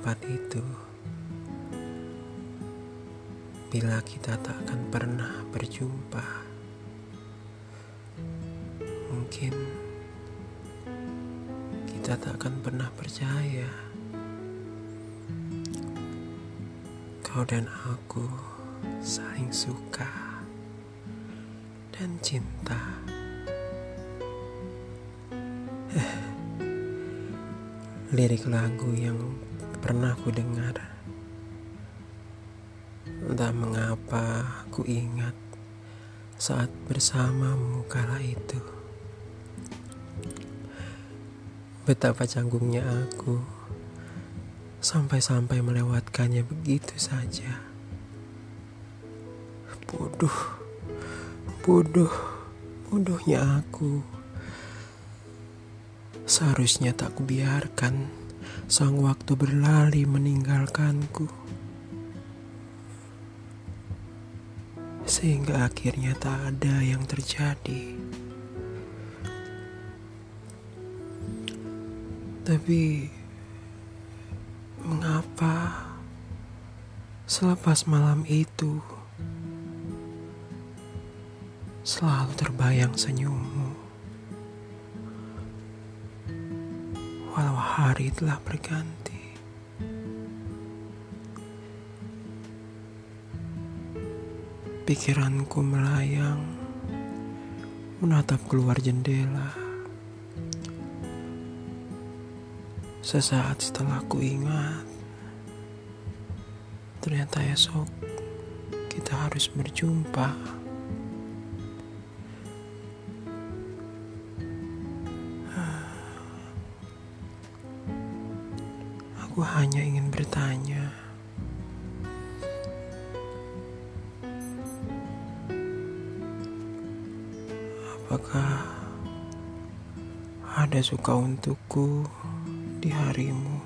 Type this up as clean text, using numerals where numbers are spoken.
tempat itu, bila kita tak akan pernah berjumpa, mungkin kita tak akan pernah percaya kau dan aku saling suka dan cinta. Lirik lagu yang pernah ku dengar, entah mengapa ku ingat saat bersamamu kala itu. Betapa canggungnya aku sampai-sampai melewatkannya begitu saja. Bodohnya aku. Seharusnya tak kubiarkan sang waktu berlari meninggalkanku, sehingga akhirnya tak ada yang terjadi. Tapi mengapa selepas malam itu selalu terbayang senyummu, walau hari telah berganti. Pikiranku melayang menatap keluar jendela. Sesaat setelah ku ingat, ternyata esok kita harus berjumpa. Aku hanya ingin bertanya, apakah ada suka untukku di harimu?